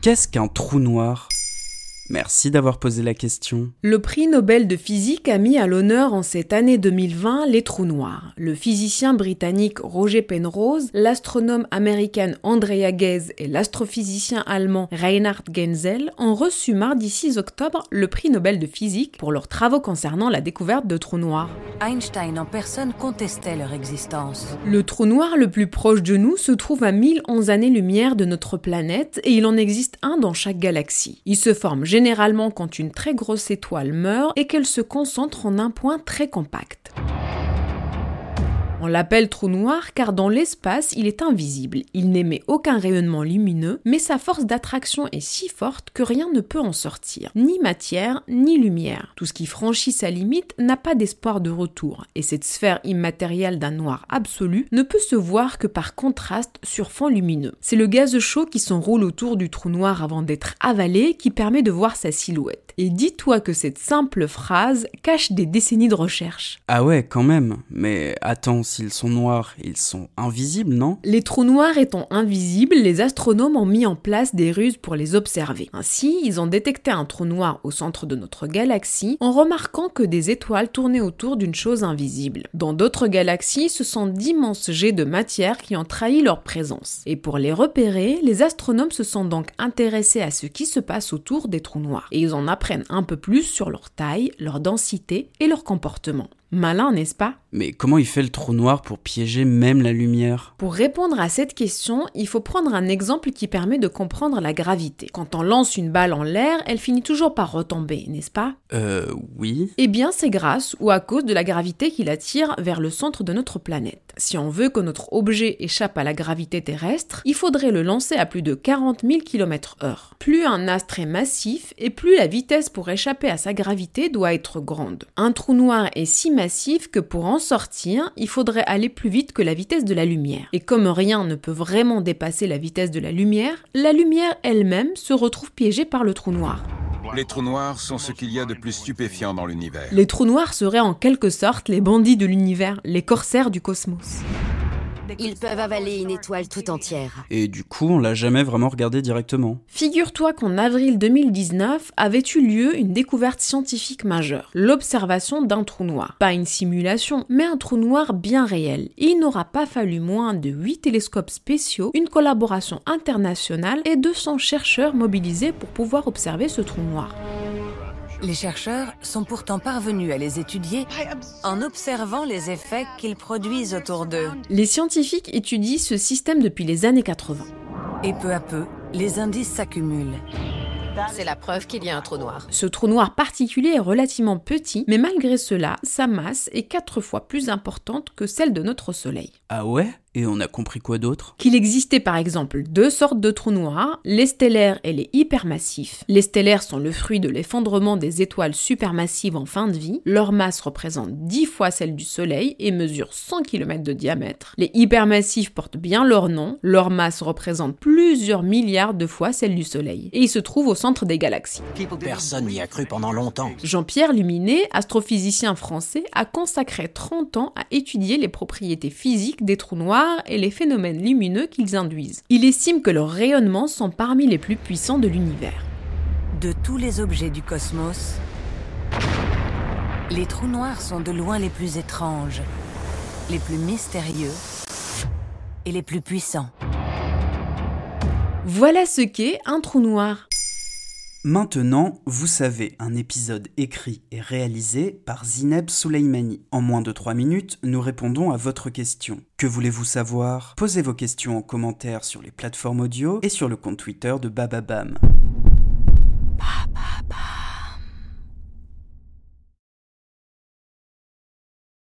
qu'est-ce qu'un trou noir ? Merci d'avoir posé la question. Le prix Nobel de physique a mis à l'honneur en cette année 2020 les trous noirs. Le physicien britannique Roger Penrose, l'astronome américaine Andrea Ghez et l'astrophysicien allemand Reinhard Genzel ont reçu mardi 6 octobre le prix Nobel de physique pour leurs travaux concernant la découverte de trous noirs. Einstein en personne contestait leur existence. Le trou noir le plus proche de nous se trouve à 1011 années-lumière de notre planète et il en existe un dans chaque galaxie. Il se forme généralement quand une très grosse étoile meurt et qu'elle se concentre en un point très compact. On l'appelle trou noir car dans l'espace, il est invisible. Il n'émet aucun rayonnement lumineux, mais sa force d'attraction est si forte que rien ne peut en sortir. Ni matière, ni lumière. Tout ce qui franchit sa limite n'a pas d'espoir de retour. Et cette sphère immatérielle d'un noir absolu ne peut se voir que par contraste sur fond lumineux. C'est le gaz chaud qui s'enroule autour du trou noir avant d'être avalé qui permet de voir sa silhouette. Et dis-toi que cette simple phrase cache des décennies de recherche. Ah ouais, quand même. Mais attends, s'ils sont noirs, ils sont invisibles, non ? Les trous noirs étant invisibles, les astronomes ont mis en place des ruses pour les observer. Ainsi, ils ont détecté un trou noir au centre de notre galaxie en remarquant que des étoiles tournaient autour d'une chose invisible. Dans d'autres galaxies, ce sont d'immenses jets de matière qui ont trahi leur présence. Et pour les repérer, les astronomes se sont donc intéressés à ce qui se passe autour des trous noirs. Et ils en apprennent un peu plus sur leur taille, leur densité et leur comportement. Malin, n'est-ce pas ? Mais comment il fait le trou noir pour piéger même la lumière ? Pour répondre à cette question, il faut prendre un exemple qui permet de comprendre la gravité. Quand on lance une balle en l'air, elle finit toujours par retomber, n'est-ce pas ? Oui. Eh bien, c'est grâce ou à cause de la gravité qui l'attire vers le centre de notre planète. Si on veut que notre objet échappe à la gravité terrestre, il faudrait le lancer à plus de 40 000 km/h. Plus un astre est massif, et plus la vitesse pour échapper à sa gravité doit être grande. Un trou noir est si massif que pour en sortir, il faudrait aller plus vite que la vitesse de la lumière. Et comme rien ne peut vraiment dépasser la vitesse de la lumière elle-même se retrouve piégée par le trou noir. Les trous noirs sont ce qu'il y a de plus stupéfiant dans l'univers. Les trous noirs seraient en quelque sorte les bandits de l'univers, les corsaires du cosmos. Ils peuvent avaler une étoile tout entière. Et du coup, on l'a jamais vraiment regardé directement. Figure-toi qu'en avril 2019 avait eu lieu une découverte scientifique majeure, l'observation d'un trou noir. Pas une simulation, mais un trou noir bien réel. Et il n'aura pas fallu moins de 8 télescopes spéciaux, une collaboration internationale et 200 chercheurs mobilisés pour pouvoir observer ce trou noir. Les chercheurs sont pourtant parvenus à les étudier en observant les effets qu'ils produisent autour d'eux. Les scientifiques étudient ce système depuis les années 80. Et peu à peu, les indices s'accumulent. C'est la preuve qu'il y a un trou noir. Ce trou noir particulier est relativement petit, mais malgré cela, sa masse est 4 fois plus importante que celle de notre Soleil. Ah ouais ? Et on a compris quoi d'autre ? Qu'il existait par exemple 2 sortes de trous noirs, les stellaires et les hypermassifs. Les stellaires sont le fruit de l'effondrement des étoiles supermassives en fin de vie. Leur masse représente 10 fois celle du Soleil et mesure 100 km de diamètre. Les hypermassifs portent bien leur nom, leur masse représente plusieurs milliards de fois celle du Soleil. Et ils se trouvent au centre des galaxies. Personne n'y a cru pendant longtemps. Jean-Pierre Luminet, astrophysicien français, a consacré 30 ans à étudier les propriétés physiques des trous noirs et les phénomènes lumineux qu'ils induisent. Il estime que leurs rayonnements sont parmi les plus puissants de l'univers. De tous les objets du cosmos, les trous noirs sont de loin les plus étranges, les plus mystérieux et les plus puissants. Voilà ce qu'est un trou noir. Maintenant, vous savez, un épisode écrit et réalisé par Zineb Souleimani. En moins de 3 minutes, nous répondons à votre question. Que voulez-vous savoir ? Posez vos questions en commentaire sur les plateformes audio et sur le compte Twitter de Bababam.